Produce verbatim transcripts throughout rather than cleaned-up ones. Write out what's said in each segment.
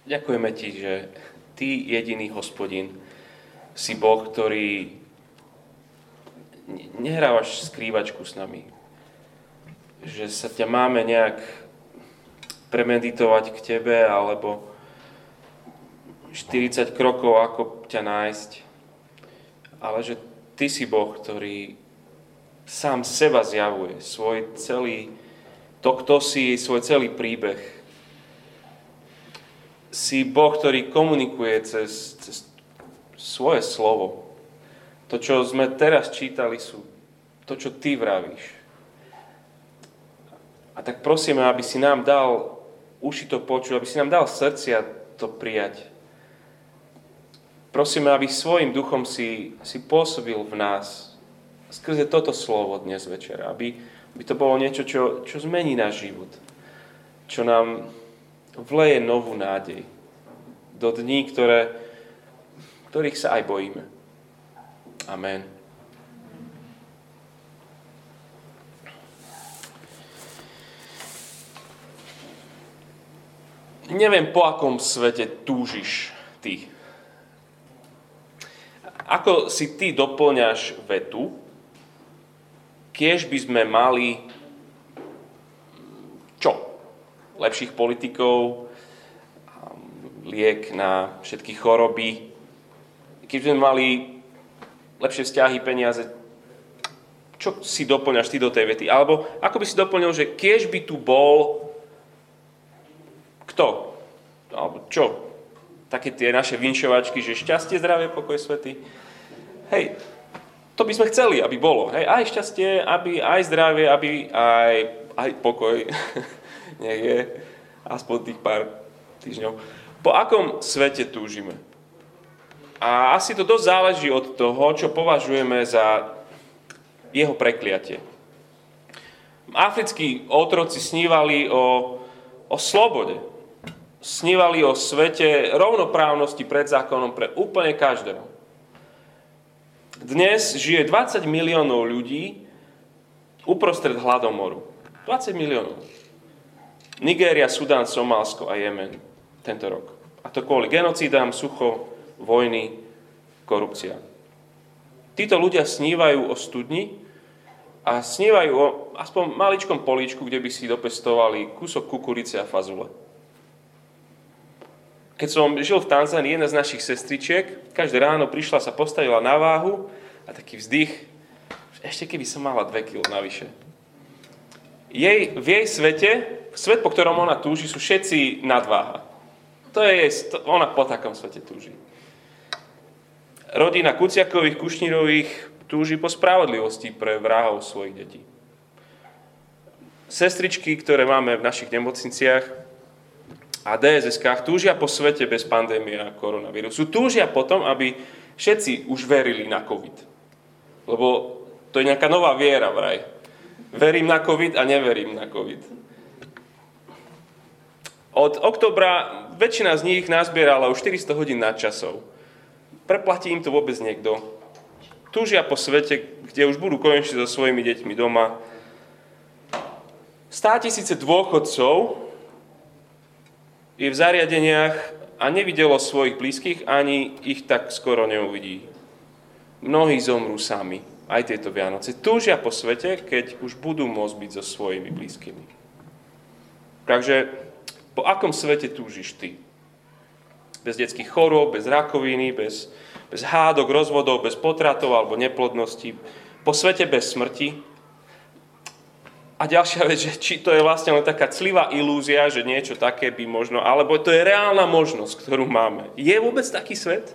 ďakujeme ti, že ty, jediný Hospodin, si Boh, ktorý nehrávaš skrývačku s nami. Že sa ťa máme nejak premeditovať k tebe, alebo štyridsať krokov, ako ťa nájsť. Ale že ty si Boh, ktorý sám seba zjavuje, svoj celý, to, kto si, svoj celý príbeh. Si Boh, ktorý komunikuje cez, cez svoje slovo. To, čo sme teraz čítali, sú to, čo ty vravíš. A tak prosíme, aby si nám dal uši to počuť, aby si nám dal srdcia to prijať. Prosíme, aby svojim duchom si, si pôsobil v nás skrze toto slovo dnes večer. Aby, aby to bolo niečo, čo, čo zmení náš život. Čo nám vleje novú nádej do dní, ktoré, ktorých sa aj bojíme. Amen. Neviem, po akom svete túžiš ty. Ako si ty doplňaš vetu, kiež by sme mali čo? Lepších politikov, liek na všetky choroby, keď by sme mali lepšie vzťahy, peniaze. Čo si doplňaš ty do tej vety? Alebo ako by si doplňal, že kiež by tu bol kto? Alebo čo? Také tie naše vinšovačky, že šťastie, zdravie, pokoj, svety. Hej, to by sme chceli, aby bolo. Hej, aj šťastie, aby, aj zdravie, aby aj, aj pokoj. Nech je aspoň tých pár týždňov. Po akom svete túžime? A asi to dosť záleží od toho, čo považujeme za jeho prekliatie. Africkí otroci snívali o, o slobode. Snívali o svete rovnoprávnosti pred zákonom pre úplne každého. Dnes žije dvadsať miliónov ľudí uprostred hladomoru. dvadsať miliónov. Nigéria, Sudán, Somálsko a Jemen tento rok. A to kvôli genocídám, sucho, vojny, korupcia. Títo ľudia snívajú o studni a snívajú o aspoň maličkom políčku, kde by si dopestovali kúsok kukurice a fazule. Keď som žil v Tanzánii, jedna z našich sestričiek každé ráno prišla, sa postavila na váhu a taký vzdych, že ešte keby som mala dve kilá navyše. Jej, v jej svete, svet, po ktorom ona túži, sú všetci nadváha. To je jej, ona po takom svete túži. Rodina Kuciakových, Kušnírových túži po spravodlivosti pre vrahov svojich detí. Sestričky, ktoré máme v našich nemocniciach, a dé es es kách túžia po svete bez pandémie a koronavírusu. Túžia potom, aby všetci už verili na COVID. Lebo to je nejaká nová viera vraj. Verím na COVID a neverím na COVID. Od októbra väčšina z nich nazbierala už štyristo hodín nadčasov. Preplatí im to vôbec niekto? Túžia po svete, kde už budú konečne so svojimi deťmi doma. Státisíce dôchodcov je v zariadeniach a nevidelo svojich blízkych, ani ich tak skoro neuvidí. Mnohí zomrú sami, aj tieto Vianoce. Túžia po svete, keď už budú môcť byť so svojimi blízkymi. Takže po akom svete túžiš ty? Bez detských chorôb, bez rakoviny, bez, bez hádok, rozvodov, bez potratov alebo neplodnosti. Po svete bez smrti. A ďalšia vec, že či to je vlastne len taká clivá ilúzia, že niečo také by možno, alebo to je reálna možnosť, ktorú máme. Je vôbec taký svet?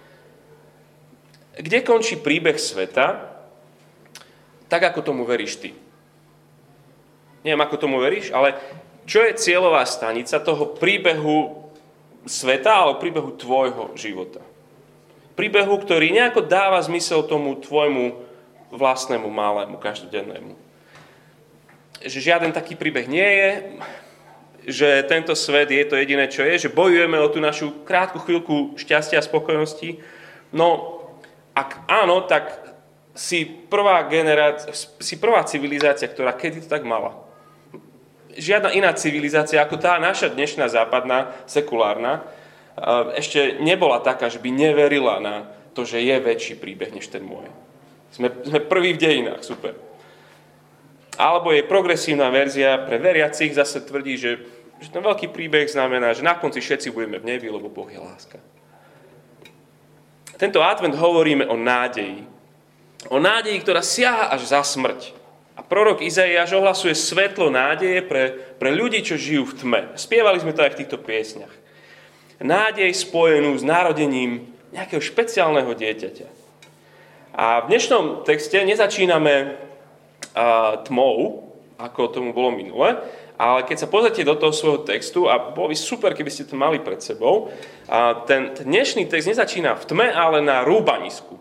Kde končí príbeh sveta, tak ako tomu veríš ty? Neviem, ako tomu veríš, ale čo je cieľová stanica toho príbehu sveta, alebo príbehu tvojho života? Príbehu, ktorý nejako dáva zmysel tomu tvojmu vlastnému, malému, každodennému. Že žiaden taký príbeh nie je, že tento svet je to jediné, čo je, že bojujeme o tú našu krátku chvíľku šťastia a spokojnosti. No, ak áno, tak si prvá generácia, si prvá civilizácia, ktorá kedy to tak mala. Žiadna iná civilizácia ako tá naša dnešná západná, sekulárna, ešte nebola taká, že by neverila na to, že je väčší príbeh než ten môj. Sme, sme prví v dejinách, super. Alebo je progresívna verzia pre veriacich, zase tvrdí, že, že ten veľký príbeh znamená, že na konci všetci budeme v nebi, lebo Boh je láska. Tento advent hovoríme o nádeji. O nádeji, ktorá siaha až za smrť. A prorok Izaiáš ohlasuje svetlo nádeje pre, pre ľudí, čo žijú v tme. Spievali sme to aj v týchto piesňach. Nádej spojenú s narodením nejakého špeciálneho dieťaťa. A v dnešnom texte nezačíname a, tmou, ako tomu bolo minule, ale keď sa pozrite do toho svojho textu, a bolo by super, keby ste to mali pred sebou, a ten, ten dnešný text nezačína v tme, ale na rúbanisku.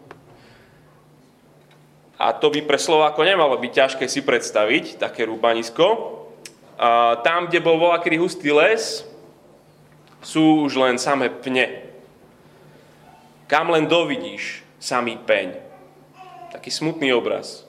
A to by pre Slováko nemalo byť ťažké si predstaviť, také rúbanisko. A tam, kde bol voľakedy hustý les, sú už len samé pne. Kam len dovidíš, samý peň. Taký smutný obraz.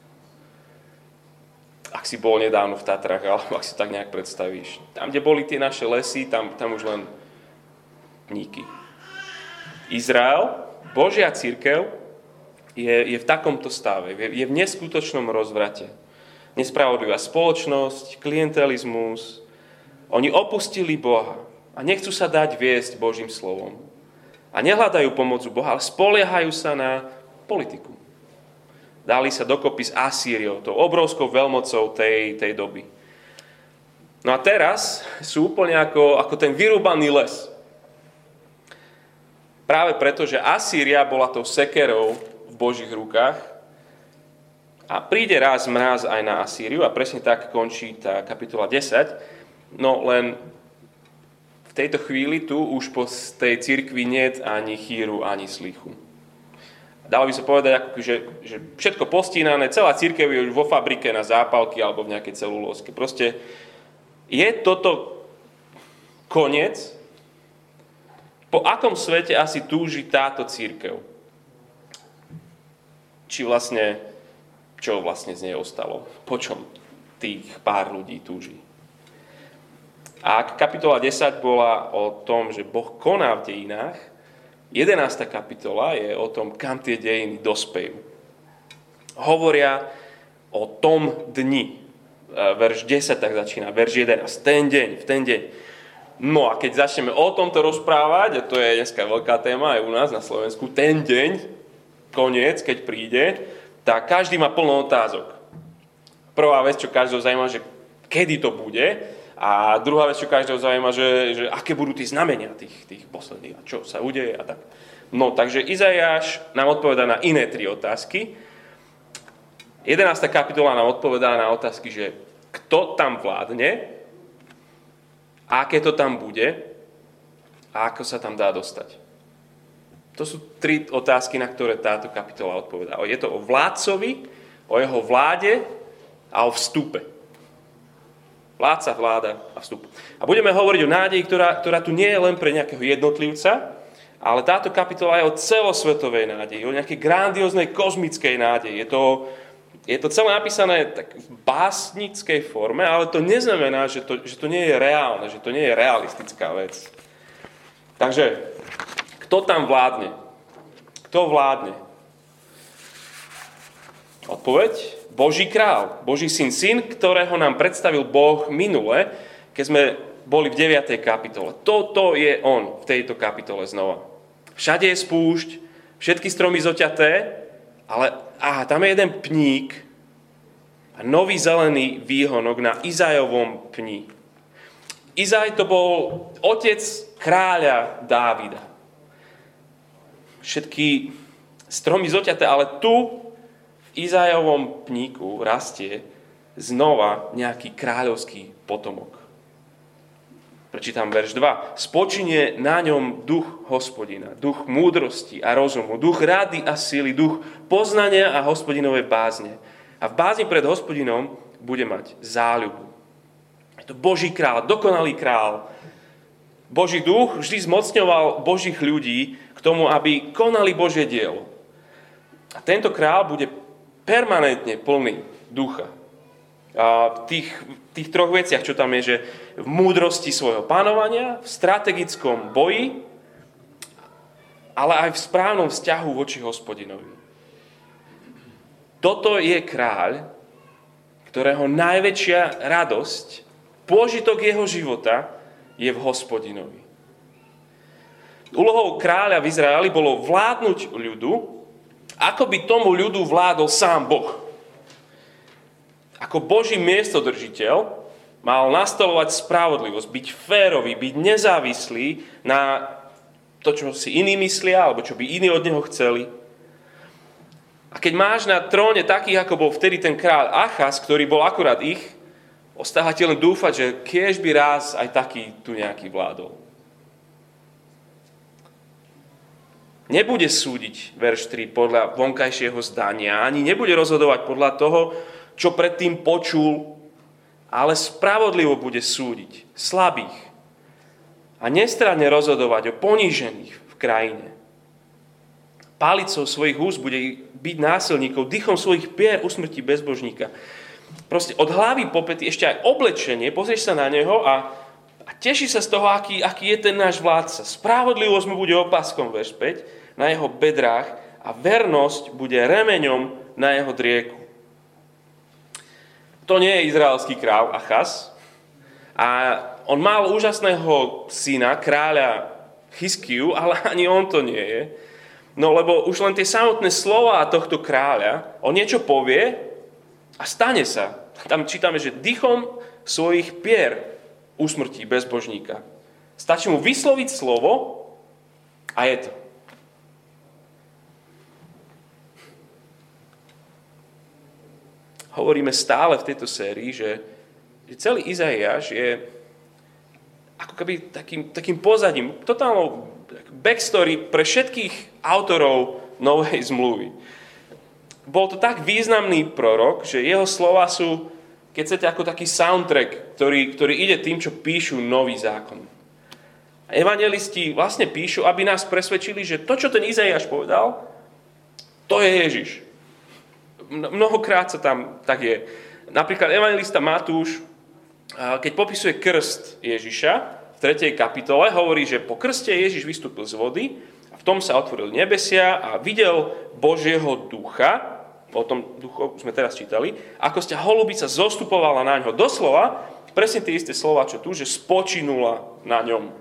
Ak si bol nedávno v Tatrách, alebo ak si tak nejak predstavíš. Tam, kde boli tie naše lesy, tam, tam už len pníky. Izrael, Božia cirkev, je, je v takomto stave. Je, je v neskutočnom rozvrate. Nespravodlivá spoločnosť, klientelizmus. Oni opustili Boha a nechcú sa dať viesť Božím slovom. A nehľadajú pomoc u Boha, ale spoliehajú sa na politiku. Dali sa dokopy s Asýriou, tou obrovskou veľmocou tej, tej doby. No a teraz sú úplne ako, ako ten vyrúbaný les. Práve preto, že Asýria bola tou sekerou v Božích rukách a príde raz mráz aj na Asýriu a presne tak končí tá kapitola desať. No len v tejto chvíli tu už po tej cirkvi niet ani chýru, ani slichu. Dalo by sa povedať, ako, že, že všetko postínané, celá cirkev je už vo fabrike na zápalky alebo v nejakej celulózke. Proste je toto koniec? Po akom svete asi túži táto cirkev? Či vlastne, čo vlastne z nej ostalo? Po čom tých pár ľudí túži? A ak kapitola desať bola o tom, že Boh koná v dejinách, jedenásta kapitola je o tom, kam tie dejiny dospejú. Hovoria o tom dni. Verš desať tak začína, verš jedenásť. Ten deň, v ten deň. No a keď začneme o tomto rozprávať, a to je dneska veľká téma aj u nás na Slovensku, ten deň, koniec, keď príde, tak každý má plno otázok. Prvá vec, čo každého zaujíma, že kedy to bude, a druhá vec, čo každého zaujíma, že, že aké budú tie znamenia tých, tých posledných a čo sa udeje a tak. No, takže Izaiáš nám odpovedá na iné tri otázky. jedenásta kapitola nám odpovedá na otázky, že kto tam vládne, aké to tam bude a ako sa tam dá dostať. To sú tri otázky, na ktoré táto kapitola odpovedá. Je to o vládcovi, o jeho vláde a o vstupe. Vládca, vláda a vstup. A budeme hovoriť o nádeji, ktorá, ktorá tu nie je len pre nejakého jednotlivca, ale táto kapitola je o celosvetovej nádeji, o nejakej grandióznej kozmickej nádeji. Je to, je to celé napísané tak v básnickej forme, ale to neznamená, že to, že to nie je reálne, že to nie je realistická vec. Takže, kto tam vládne? Kto vládne? Odpoveď? Boží král, Boží syn, syn, ktorého nám predstavil Boh minule, keď sme boli v deviatej kapitole. Toto je on v tejto kapitole znova. Všade je spúšť, všetky stromy zoťaté, ale aha, tam je jeden pník a nový zelený výhonok na Izajovom pni. Izaj to bol otec kráľa Dávida. Všetky stromy zoťaté, ale tu v Izajovom pníku rastie znova nejaký kráľovský potomok. Prečítam verš dva. Spočinie na ňom duch Hospodina, duch múdrosti a rozumu, duch rady a síly, duch poznania a Hospodinovej bázne. A v bázni pred Hospodinom bude mať záľubu. Je to Boží král, dokonalý král. Boží duch vždy zmocňoval Božích ľudí k tomu, aby konali Božie dielo. A tento král bude permanentne plný ducha. A v tých, tých troch veciach, čo tam je, že v múdrosti svojho panovania, v strategickom boji ale aj v správnom vzťahu voči Hospodinovi. Toto je kráľ, ktorého najväčšia radosť, pôžitok jeho života je v Hospodinovi. Úlohou kráľa v Izraeli bolo vládnuť ľudu, ako by tomu ľudu vládol sám Boh. Ako Boží miestodržiteľ mal nastolovať spravodlivosť, byť férový, byť nezávislý na to, čo si iní myslia, alebo čo by iní od neho chceli. A keď máš na tróne takých, ako bol vtedy ten kráľ Achaz, ktorý bol akurát ich, ostáva ti len dúfať, že kiež by raz aj taký tu nejaký vládol. Nebude súdiť, verš tri, podľa vonkajšieho zdania, ani nebude rozhodovať podľa toho, čo predtým počul, ale spravodlivo bude súdiť slabých a nestranne rozhodovať o ponížených v krajine. Palicou svojich úst bude byť násilníkov, dychom svojich pier usmrtí bezbožníka. Proste od hlavy po pety ešte aj oblečenie, pozrieš sa na neho a, a teší sa z toho, aký, aký je ten náš vládca. Spravodlivosť mu bude opaskom, verš päť, na jeho bedrách a vernosť bude remeňom na jeho drieku. To nie je izraelský kráľ Achaz. A on mal úžasného syna, kráľa Chiskiu, ale ani on to nie je. No lebo už len tie samotné slová tohto kráľa, on niečo povie a stane sa. Tam čítame, že dychom svojich pier usmrtí bezbožníka. Stačí mu vysloviť slovo a je to. Hovoríme stále v tejto sérii, že, že celý Izaiáš je ako keby takým, takým pozadím, totálnou backstory pre všetkých autorov Novej zmluvy. Bol to tak významný prorok, že jeho slova sú, keď chcete, ako taký soundtrack, ktorý, ktorý ide tým, čo píšu nový zákon. A evangelisti vlastne píšu, aby nás presvedčili, že to, čo ten Izaiáš povedal, to je Ježiš. Mnohokrát sa tam tak je. Napríklad evangelista Matúš, keď popisuje krst Ježiša v tretej kapitole, hovorí, že po krste Ježiš vystúpil z vody a v tom sa otvoril nebesia a videl Božieho ducha, o tom duchu sme teraz čítali, ako sťa holubica zostupovala na ňo. Doslova, presne tie isté slova, čo tu, že spočinula na ňom.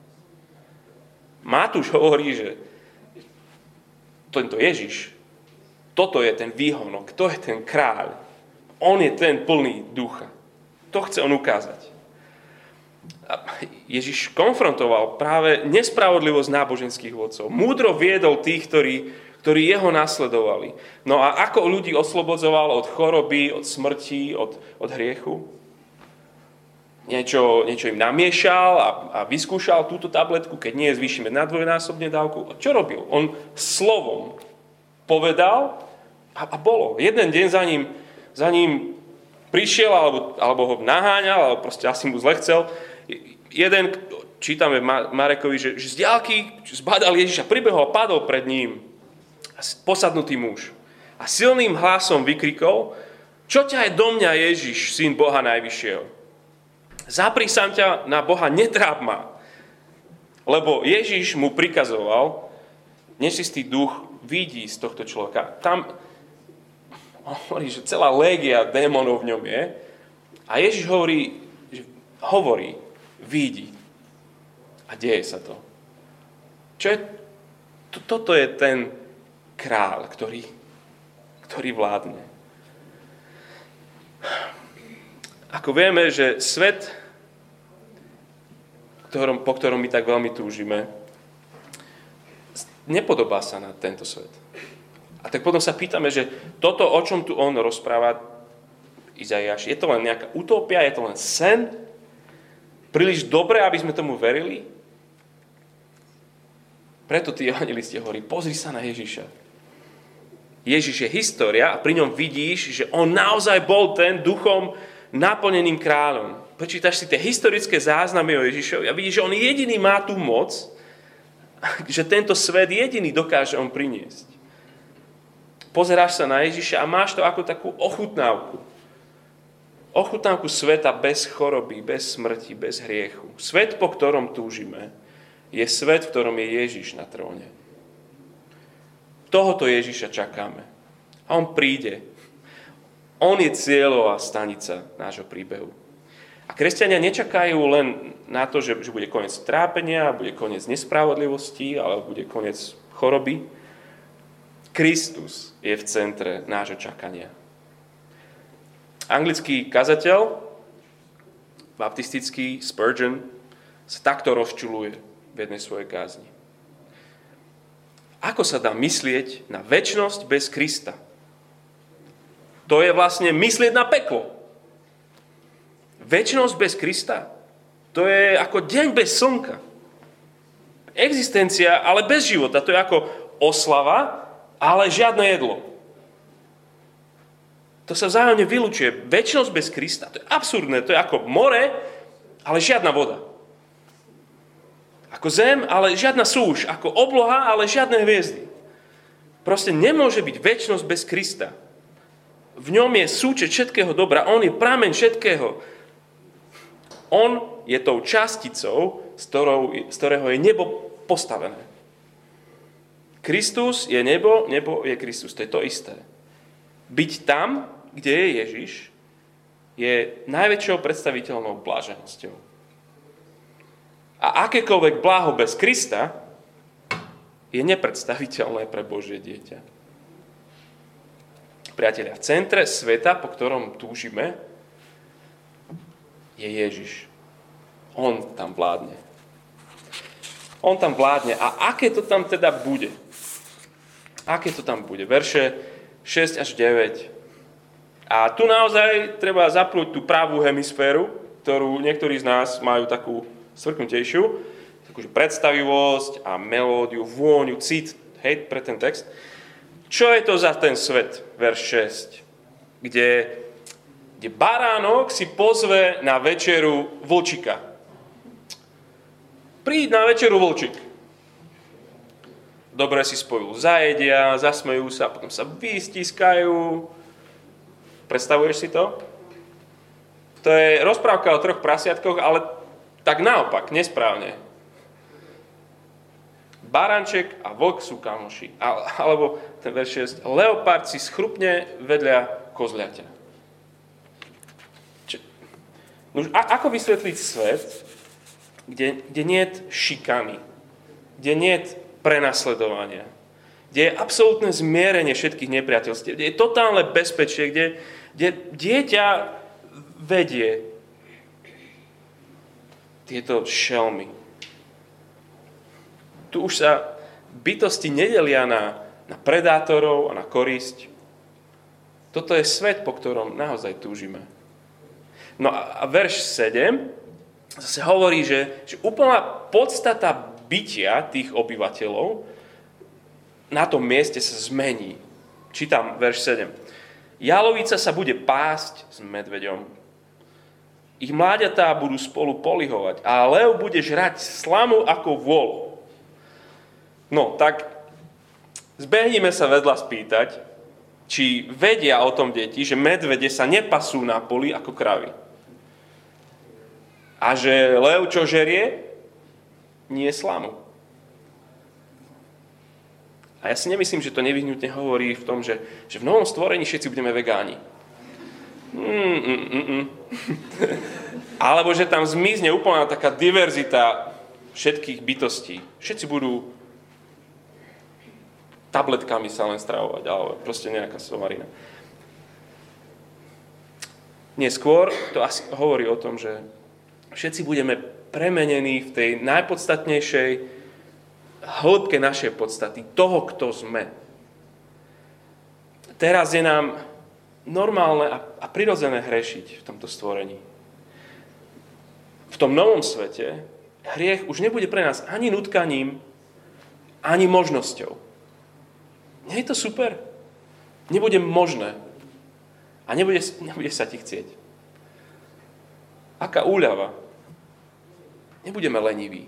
Matúš hovorí, že tento Ježiš, toto je ten výhonok, to je ten kráľ. On je ten plný ducha. To chce on ukázať. A Ježiš konfrontoval práve nespravodlivosť náboženských vodcov. Múdro viedol tých, ktorí, ktorí jeho nasledovali. No a ako ľudí oslobodzoval od choroby, od smrti, od, od hriechu? Niečo, niečo im namiešal a, a vyskúšal túto tabletku, keď nie, zvýšime na dvojnásobne dávku. A čo robil? On slovom povedal a, a bolo. Jeden deň za ním, za ním prišiel, alebo, alebo ho naháňal, alebo proste asi mu zle chcel. Jeden, čítame Marekovi, že, že z diaľky zbadal Ježiša, pribehol a padol pred ním. Posadnutý muž. A silným hlasom vykrikol, čo ťa je do mňa, Ježiš, syn Boha najvyššieho? Zaprísam ťa na Boha, netráp ma. Lebo Ježiš mu prikazoval, nečistý duch vidí z tohto človeka. Tam hovorí, že celá légia démonov v ňom je. A Ježiš hovorí, že hovorí, vidí. A deje sa to. Čo je, to, toto je ten kráľ, ktorý, ktorý vládne. Ako vieme, že svet, ktorom, po ktorom my tak veľmi túžime, nepodobá sa na tento svet. A tak potom sa pýtame, že toto, o čom tu on rozpráva, Izaiáš, je to len nejaká utópia, je to len sen? Príliš dobré, aby sme tomu verili? Preto tí evangelisti hovorí, pozri sa na Ježiša. Ježiš je história a pri ňom vidíš, že on naozaj bol ten duchom naplneným kráľom. Prečítaš si tie historické záznamy o Ježišovi a vidíš, že on jediný má tú moc, že tento svet jediný dokáže on priniesť. Pozeráš sa na Ježiša a máš to ako takú ochutnávku. Ochutnávku sveta bez choroby, bez smrti, bez hriechu. Svet, po ktorom túžime, je svet, v ktorom je Ježiš na tróne. Tohoto Ježiša čakáme. A on príde. On je cieľová stanica nášho príbehu. A kresťania nečakajú len na to, že, že bude koniec trápenia, bude koniec nespravodlivosti, alebo bude koniec choroby. Kristus je v centre nášho čakania. Anglický kazateľ, baptistický Spurgeon, sa takto rozčuľuje v jednej svojej kázni. Ako sa dá myslieť na večnosť bez Krista? To je vlastne myslieť na peklo. Večnosť bez Krista, to je ako deň bez slnka. Existencia, ale bez života. To je ako oslava, ale žiadne jedlo. To sa vzájomne vylučuje. Večnosť bez Krista, to je absurdné. To je ako more, ale žiadna voda. Ako zem, ale žiadna súš. Ako obloha, ale žiadne hviezdy. Proste nemôže byť večnosť bez Krista. V ňom je súčet všetkého dobra. On je prameň všetkého. On je tou časticou, z, ktorou, z ktorého je nebo postavené. Kristus je nebo, nebo je Kristus. To je to isté. Byť tam, kde je Ježiš, je najväčšou predstaviteľnou bláženosťou. A akékoľvek bláho bez Krista je nepredstaviteľné pre Božie dieťa. Priatelia, v centre sveta, po ktorom túžime, je Ježiš. On tam vládne. On tam vládne. A aké to tam teda bude? Aké to tam bude? Verše šesť až deväť. A tu naozaj treba zapnúť tú pravú hemisféru, ktorú niektorí z nás majú takú svrknutejšiu, takú predstavivosť a melódiu, vôňu, cit, hej, pre ten text. Čo je to za ten svet? Verš šesť. Kde kde baránok si pozve na večeru vlčika. Príď na večeru vlčik. Dobre si spolu zajedia, zasmejú sa, potom sa vystiskajú. Predstavuješ si to? To je rozprávka o troch prasiatkoch, ale tak naopak, nesprávne. Baranček a vlk sú kamoši. Alebo ten verš šesť. Leopard si schrupne vedľa kozľaťa. No, a ako vysvetliť svet, kde, kde nie je šikany, kde nie je prenasledovania, kde je absolútne zmierenie všetkých nepriateľstiev, kde je totálne bezpečie, kde, kde dieťa vedie tieto šelmy. Tu už sa bytosti nedelia na, na predátorov a na korisť. Toto je svet, po ktorom naozaj túžime. No a verš sedem zase hovorí, že, že úplná podstata bytia tých obyvateľov na tom mieste sa zmení. Čítam verš sedem. Jalovica sa bude pásť s medveďom. Ich mláďatá budú spolu polihovať a lev bude žrať slamu ako vol. No, tak zbehnime sa vedľa spýtať, či vedia o tom deti, že medvede sa nepasú na poli ako kravy. A že lev, čo žerie, nie je slamu. A ja si nemyslím, že to nevyhnutne hovorí v tom, že, že v novom stvorení všetci budeme vegáni. Mm, mm, mm, mm. Alebo že tam zmizne úplná taká diverzita všetkých bytostí. Všetci budú tabletkami sa len stravovať, alebo proste nejaká somarina. Neskôr to asi hovorí o tom, že všetci budeme premenení v tej najpodstatnejšej hĺbke našej podstaty, toho, kto sme. Teraz je nám normálne a, a prirodzené hrešiť v tomto stvorení. V tom novom svete hriech už nebude pre nás ani nutkaním, ani možnosťou. Nie je to super? Nebude možné. A nebude, nebude sa ti chcieť. Aká úľava. Nebudeme leniví.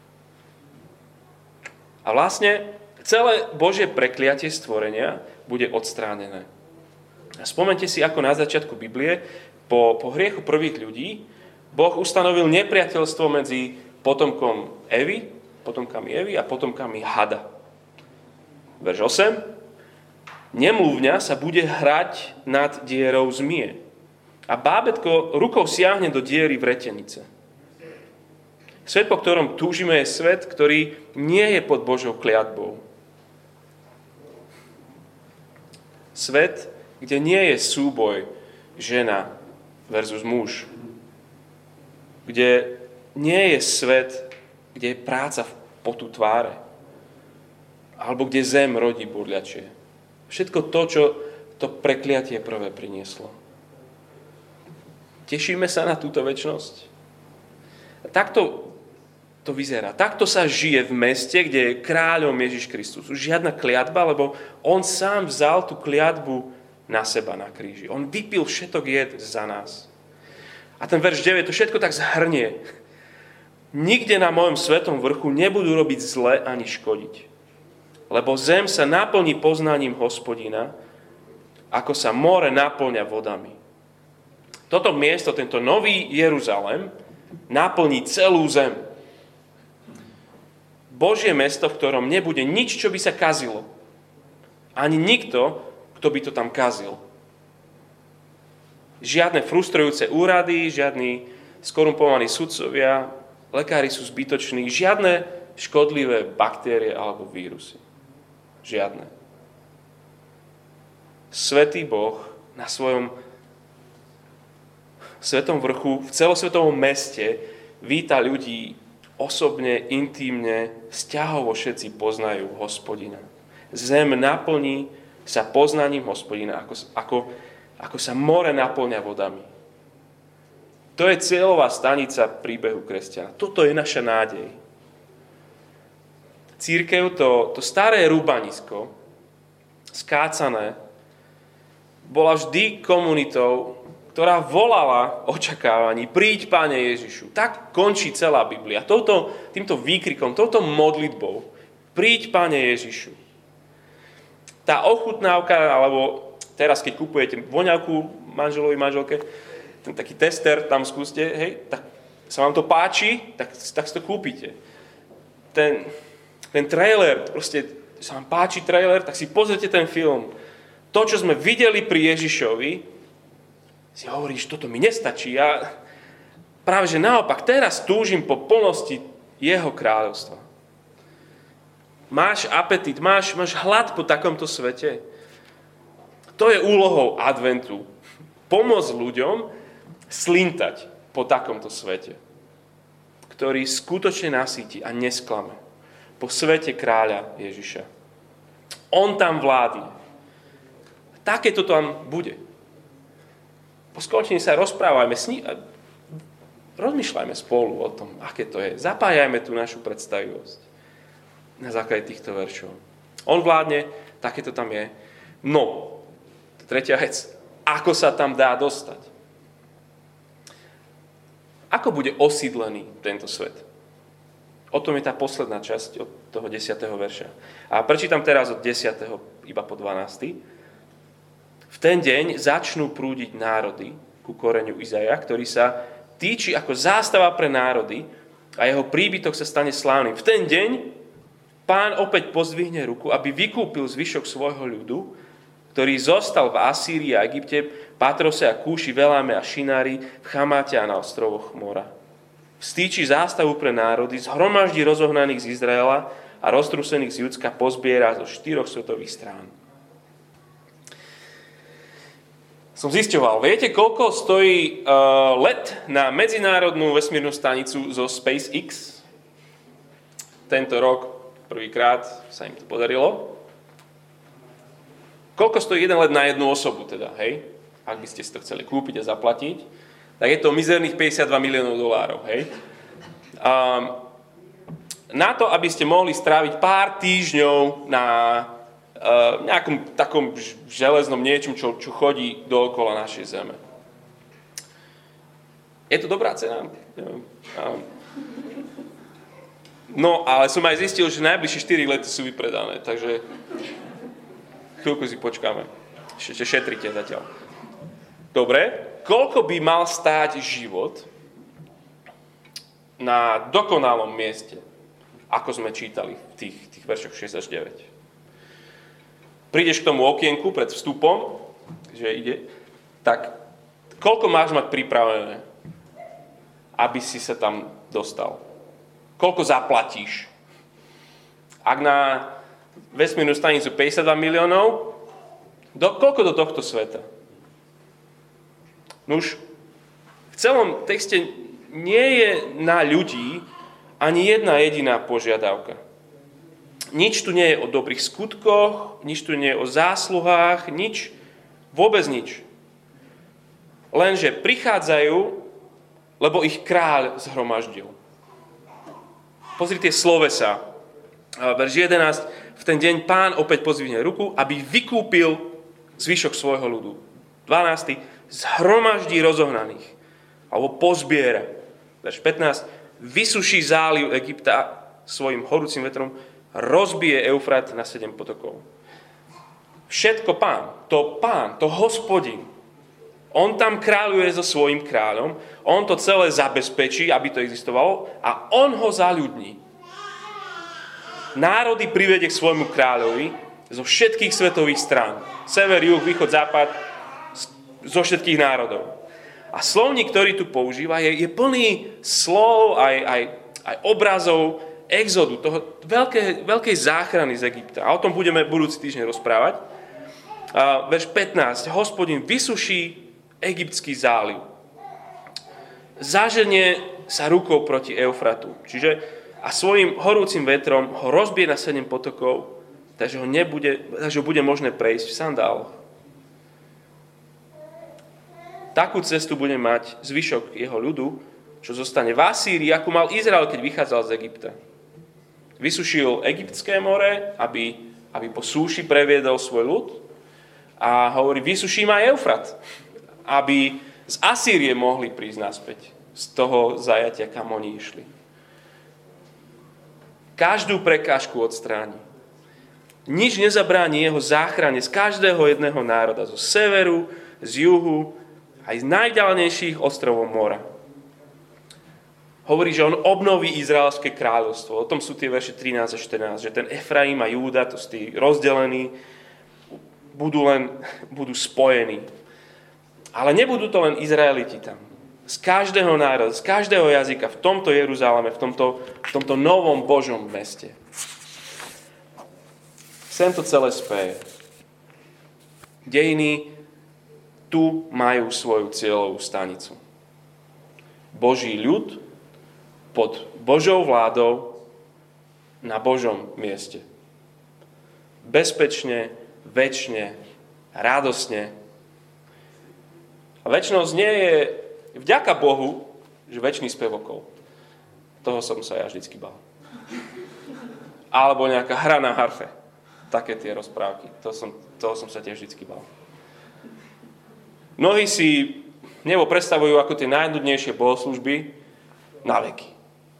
A vlastne celé Božie prekliatie stvorenia bude odstránené. A spomente si, ako na začiatku Biblie, po, po hriechu prvých ľudí, Boh ustanovil nepriateľstvo medzi potomkom Evy, potomkami Evy a potomkami Hada. Verš osem. Nemluvňa sa bude hrať nad dierou zmie a bábätko rukou siahne do diery vretenice. Svet, po ktorom túžime, je svet, ktorý nie je pod Božou kliatbou. Svet, kde nie je súboj žena versus muž. Kde nie je svet, kde je práca v potu tváre. Alebo kde zem rodí burľačie. Všetko to, čo to prekliatie prvé prinieslo. Tešíme sa na túto večnosť. Takto to vyzerá. Takto sa žije v meste, kde je kráľom Ježiš Kristus. Už žiadna kliatba, lebo on sám vzal tú kliatbu na seba na kríži. On vypil všetok jed za nás. A ten verš deväť to všetko tak zhrnie. Nikde na mojom svetom vrchu nebudú robiť zle ani škodiť. Lebo zem sa naplní poznaním Hospodina, ako sa more naplňa vodami. Toto miesto, tento nový Jeruzalém, naplní celú zem. Božie mesto, v ktorom nebude nič, čo by sa kazilo. Ani nikto, kto by to tam kazil. Žiadne frustrujúce úrady, žiadni skorumpovaní sudcovia, lekári sú zbytoční, žiadne škodlivé baktérie alebo vírusy. Žiadne. Svätý Boh na svojom svetom vrchu, v celosvetovom meste víta ľudí osobne, intímne, vzťahovo všetci poznajú Hospodina. Zem naplní sa poznaním Hospodina, ako, ako, ako sa more naplňa vodami. To je cieľová stanica príbehu kresťana. Toto je naša nádej. Cirkev, to, to staré rúbanisko, skácané, bola vždy komunitou, ktorá volala očakávaní, príď, Pane Ježišu. Tak končí celá Biblia. Touto, týmto výkrikom, touto modlitbou, príď, Pane Ježišu. Tá ochutnávka, alebo teraz, keď kupujete voňavku manželovi, manželke, ten taký tester tam skúste, hej, tak sa vám to páči, tak, tak si to kúpite. Ten... Ten trailer, proste sa vám páči trailer, tak si pozrite ten film. To, čo sme videli pri Ježišovi, si hovoríš, toto mi nestačí. Ja práve, že naopak, teraz túžim po plnosti jeho kráľovstva. Máš apetít, máš, máš hlad po takomto svete. To je úlohou adventu. Pomôcť ľuďom slintať po takomto svete, ktorý skutočne nasýti a nesklame. Po svete kráľa Ježiša. On tam vládne. Také to tam bude. Po skončení sa rozprávajme s ním, rozmýšľajme spolu o tom, aké to je. Zapájajme tú našu predstavivosť na základe týchto veršov. On vládne, také to tam je. No, tretia vec, ako sa tam dá dostať? Ako bude osídlený tento svet? O tom je tá posledná časť od toho desiateho verša. A prečítam teraz od desiateho iba po dvanásty. V ten deň začnú prúdiť národy ku koreňu Izaja, ktorý sa týči ako zástava pre národy a jeho príbytok sa stane slávnym. V ten deň Pán opäť pozdvihne ruku, aby vykúpil zvyšok svojho ľudu, ktorý zostal v Asýrii a Egypte, Patrose a Kúši, Veláme a Šinári, v Chamáte a na ostrovoch mora. Vstýči zástavu pre národy, zhromaždí rozohnaných z Izraela a roztrusených z Judska pozbiera zo štyroch svetových strán. Som zisťoval, viete, koľko stojí uh, let na medzinárodnú vesmírnu stanicu zo SpaceX? Tento rok prvýkrát sa im to podarilo. Koľko stojí jeden let na jednu osobu teda, hej? Ak by ste si to chceli kúpiť a zaplatiť, tak je to mizerných päťdesiatdva miliónov dolárov, hej? Um, na to, aby ste mohli stráviť pár týždňov na uh, nejakom takom železnom niečom, čo, čo chodí dookola našej zeme. Je to dobrá cena? Um, no, ale som aj zistil, že najbližšie štyri lety sú vypredané, takže chvíľku si počkáme. Ešte šetrite zatiaľ. Dobre. Koľko by mal stáť život na dokonalom mieste, ako sme čítali v tých, tých veršoch šesť až deväť? prídeš k tomu okienku pred vstupom, že ide, tak koľko máš mať pripravené, aby si sa tam dostal? Koľko zaplatíš? Ak na vesmírnu stanicu päťdesiatdva miliónov, do, koľko do tohto sveta? Nuž, v celom texte nie je na ľudí ani jedna jediná požiadavka. Nič tu nie je o dobrých skutkoch, nič tu nie je o zásluhách, nič, vôbec nič. Lenže prichádzajú, lebo ich kráľ zhromaždil. Pozri tie slovesá. Verš jedenásť. V ten deň Pán opäť pozvihne ruku, aby vykúpil zvyšok svojho ľudu. dvanásty. Zhromaždí rozohnaných. Alebo pozbiera. Verš pätnásť. Vysuší záliv Egypta svojim horúcim vetrom, rozbije Eufrat na sedem potokov. Všetko Pán. To Pán, to Hospodin. On tam kráľuje so svojím kráľom, on to celé zabezpečí, aby to existovalo a on ho zaľudní. Národy privedie k svojmu kráľovi zo všetkých svetových strán. Sever, juh, východ, západ, zo všetkých národov. A slovník, ktorý tu používa, je, je plný slov, aj, aj, aj obrazov exodu, toho veľké, veľkej záchrany z Egypta. A o tom budeme budúci týždeň rozprávať. A verš pätnásť. Hospodin vysuší Egyptský záliv. Zaženie sa rukou proti Eufratu. Čiže a svojim horúcim vetrom ho rozbije na sedem potokov, takže ho, nebude, takže ho bude možné prejsť v sandáloch. Takú cestu bude mať zvyšok jeho ľudu, čo zostane v Asýrii, ako mal Izrael, keď vychádzal z Egypta. Vysušil Egyptské more, aby, aby po súši previedol svoj ľud a hovorí, vysuším aj Eufrat, aby z Asýrie mohli prísť naspäť z toho zajatia, kam oni išli. Každú prekážku odstráni. Nič nezabráni jeho záchrane z každého jedného národa, zo severu, z juhu, aj z najďalnejších ostrovov mora. Hovorí, že on obnoví Izraelské kráľovstvo. O tom sú tie verše trinásť a štrnásť, že ten Efraim a Júda, to sú tí rozdelení, budú len budú spojení. Ale nebudú to len Izraeliti tam. Z každého národa, z každého jazyka v tomto Jeruzaleme, v tomto, v tomto novom Božom meste. Sem to celé speje. Dejiny tu majú svoju cieľovú stanicu. Boží ľud pod Božou vládou na Božom mieste. Bezpečne, večne, radosne. A večnosť nie je vďaka Bohu, že večný spevokol. Toho som sa ja vždycky bal. Alebo nejaká hra na harfe. Také tie rozprávky. To som, toho som sa tiež vždycky bal. Mnohí si nebo predstavujú ako tie najnudnejšie bohoslúžby na veky.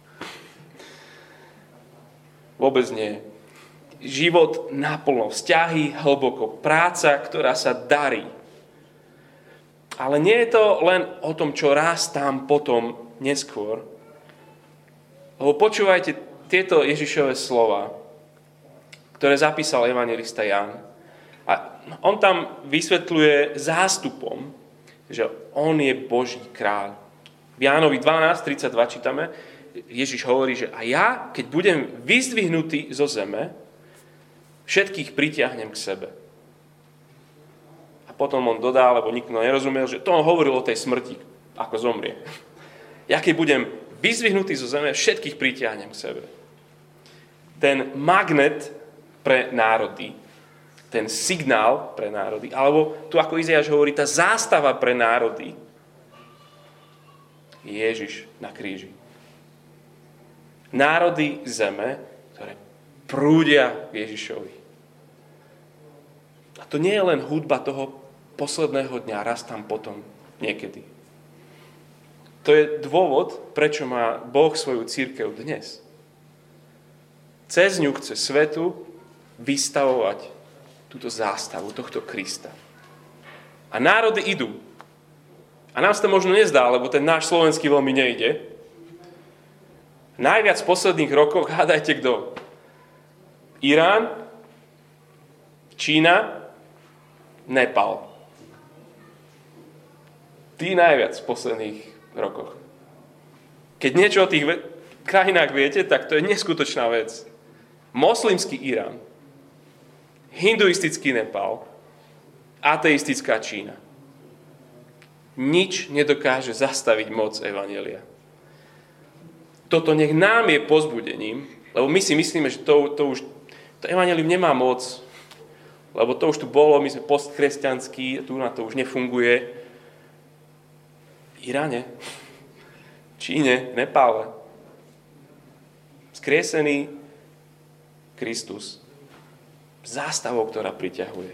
Vôbec nie. Život naplno, vzťahy hlboko, práca, ktorá sa darí. Ale nie je to len o tom, čo raz tam potom neskôr. Lebo počúvajte tieto Ježišove slova, ktoré zapísal evanjelista Ján. A on tam vysvetľuje zástupom, že on je Boží kráľ. V Jánovi dvanásť tridsaťdva čítame, Ježiš hovorí, že a ja, keď budem vyzdvihnutý zo zeme, všetkých pritiahnem k sebe. A potom on dodá, lebo nikto nerozumel, že to on hovoril o tej smrti, ako zomrie. Ja keď budem vyzdvihnutý zo zeme, všetkých pritiahnem k sebe. Ten magnet pre národy, ten signál pre národy, alebo tu ako Izaiáš hovorí, tá zástava pre národy, je Ježiš na kríži. Národy zeme, ktoré prúdia k Ježišovi. A to nie je len hudba toho posledného dňa, raz tam potom, niekedy. To je dôvod, prečo má Boh svoju cirkev dnes. Cez ňu chce svetu vystavovať túto zástavu, tohto Krista. A národy idú. A nám sa to možno nezdá, lebo ten náš slovenský veľmi nejde. Najviac v posledných rokoch, hádajte kto? Irán, Čína, Nepal. Tí najviac v posledných rokoch. Keď niečo o tých ve- krajinách viete, tak to je neskutočná vec. Moslimský Irán, hinduistický Nepal, ateistická Čína. Nič nedokáže zastaviť moc evanjelia. Toto nech nám je pozbudením, lebo my si myslíme, že to, to už to evanjelium nemá moc, lebo to už tu bolo, my sme postkresťanskí, tu na to už nefunguje. V Iráne, Číne, Nepále. Skriesený Kristus. Zástavou, ktorá priťahuje.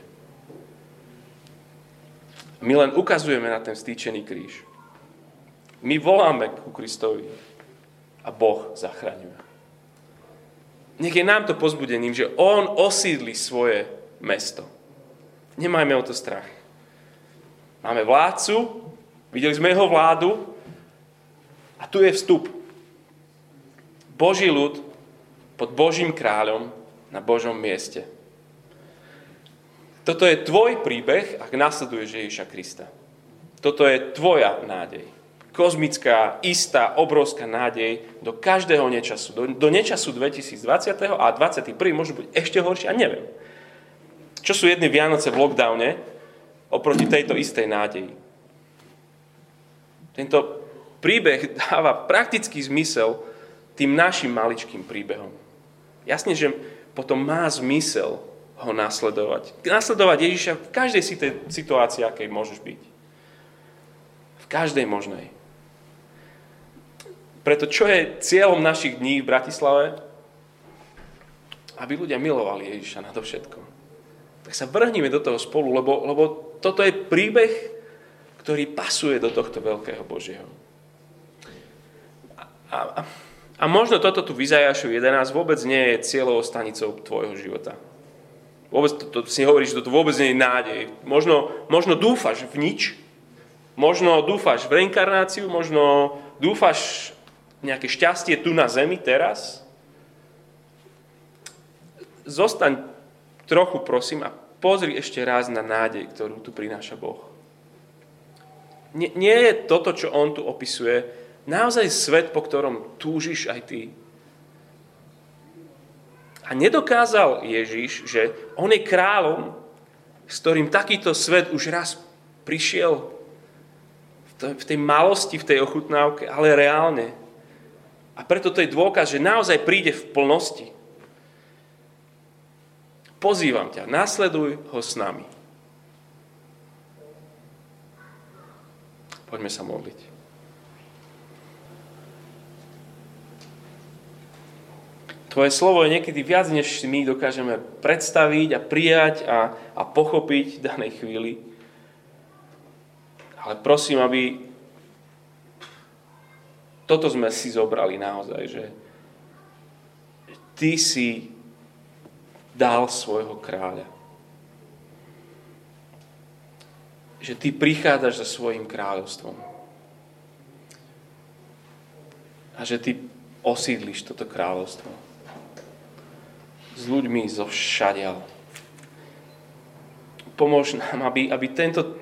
My len ukazujeme na ten stýčený kríž. My voláme ku Kristovi a Boh zachraňuje. Nech je nám to pozbudením, že On osídli svoje mesto. Nemajme o to strach. Máme vládcu, videli sme jeho vládu a tu je vstup. Boží ľud pod Božím kráľom na Božom mieste. Toto je tvoj príbeh, ak nasleduješ Ježiša Krista. Toto je tvoja nádej. Kozmická, istá, obrovská nádej do každého nečasu. Do, do nečasu dvetisícdvadsať a dvadsiaty prvý môžu byť ešte horšie, a neviem. Čo sú jedny Vianoce v lockdowne oproti tejto istej nádeji? Tento príbeh dáva praktický zmysel tým našim maličkým príbehom. Jasne, že potom má zmysel ho nasledovať. Nasledovať Ježiša v každej situácii, akej môžeš byť. V každej možnej. Preto čo je cieľom našich dní v Bratislave? Aby ľudia milovali Ježiša nadovšetko. Tak sa vrhnime do toho spolu, lebo, lebo toto je príbeh, ktorý pasuje do tohto veľkého Božieho. A, a, a možno toto tu v Izaiášu jedenásť vôbec nie je cieľovou stanicou tvojho života. Vôbec to, to si hovoríš, že toto vôbec nie je nádej. Možno, možno dúfaš v nič, možno dúfaš v reinkarnáciu, možno dúfaš v nejaké šťastie tu na zemi teraz. Zostaň trochu, prosím, a pozri ešte raz na nádej, ktorú tu prináša Boh. Nie, nie je toto, čo on tu opisuje, naozaj svet, po ktorom túžiš aj ty. A nedokázal Ježiš, že on je kráľom, s ktorým takýto svet už raz prišiel v tej malosti, v tej ochutnávke, ale reálne. A preto to je dôkaz, že naozaj príde v plnosti. Pozývam ťa, nasleduj ho s nami. Poďme sa modliť. Tvoje slovo je niekedy viac, než my dokážeme predstaviť a prijať a, a pochopiť v danej chvíli. Ale prosím, aby toto sme si zobrali naozaj, že ty si dal svojho kráľa. Že ty prichádzaš za svojím kráľovstvom. A že ty osídliš toto kráľovstvo. S ľuďmi zo všadiaľ. Pomôž nám, aby, aby tento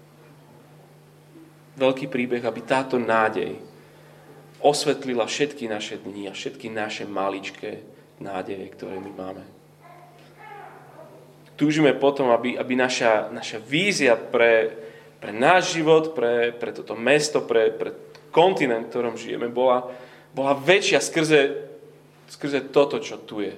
veľký príbeh, aby táto nádej osvetlila všetky naše dni a všetky naše maličké nádeje, ktoré my máme. Túžime potom, aby, aby naša, naša vízia pre, pre náš život, pre, pre toto mesto, pre, pre kontinent, v ktorom žijeme, bola, bola väčšia skrze, skrze toto, čo tu je.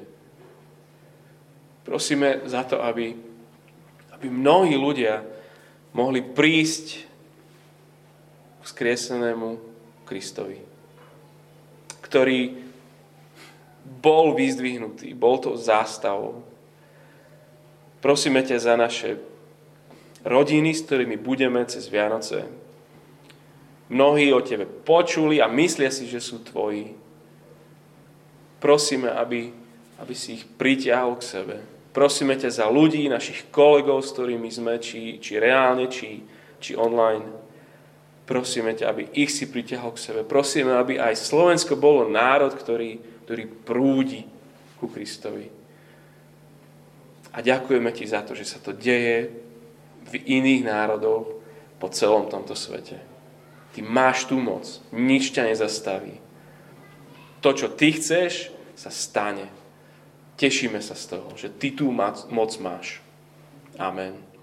Prosíme za to, aby, aby mnohí ľudia mohli prísť k vzkriesenému Kristovi, ktorý bol vyzdvihnutý, bol to zástavou. Prosíme ťa za naše rodiny, s ktorými budeme cez Vianoce. Mnohí o tebe počuli a myslia si, že sú tvoji. Prosíme, aby, aby si ich pritiahol k sebe. Prosíme ťa za ľudí, našich kolegov, s ktorými sme, či, či reálne, či, či online. Prosíme ťa, aby ich si pritiahol k sebe. Prosíme, aby aj Slovensko bolo národ, ktorý, ktorý prúdi ku Kristovi. A ďakujeme ti za to, že sa to deje v iných národoch po celom tomto svete. Ty máš tú moc, nič ťa nezastaví. To, čo ty chceš, sa stane. Tešíme sa z toho, že ty tú moc máš. Amen.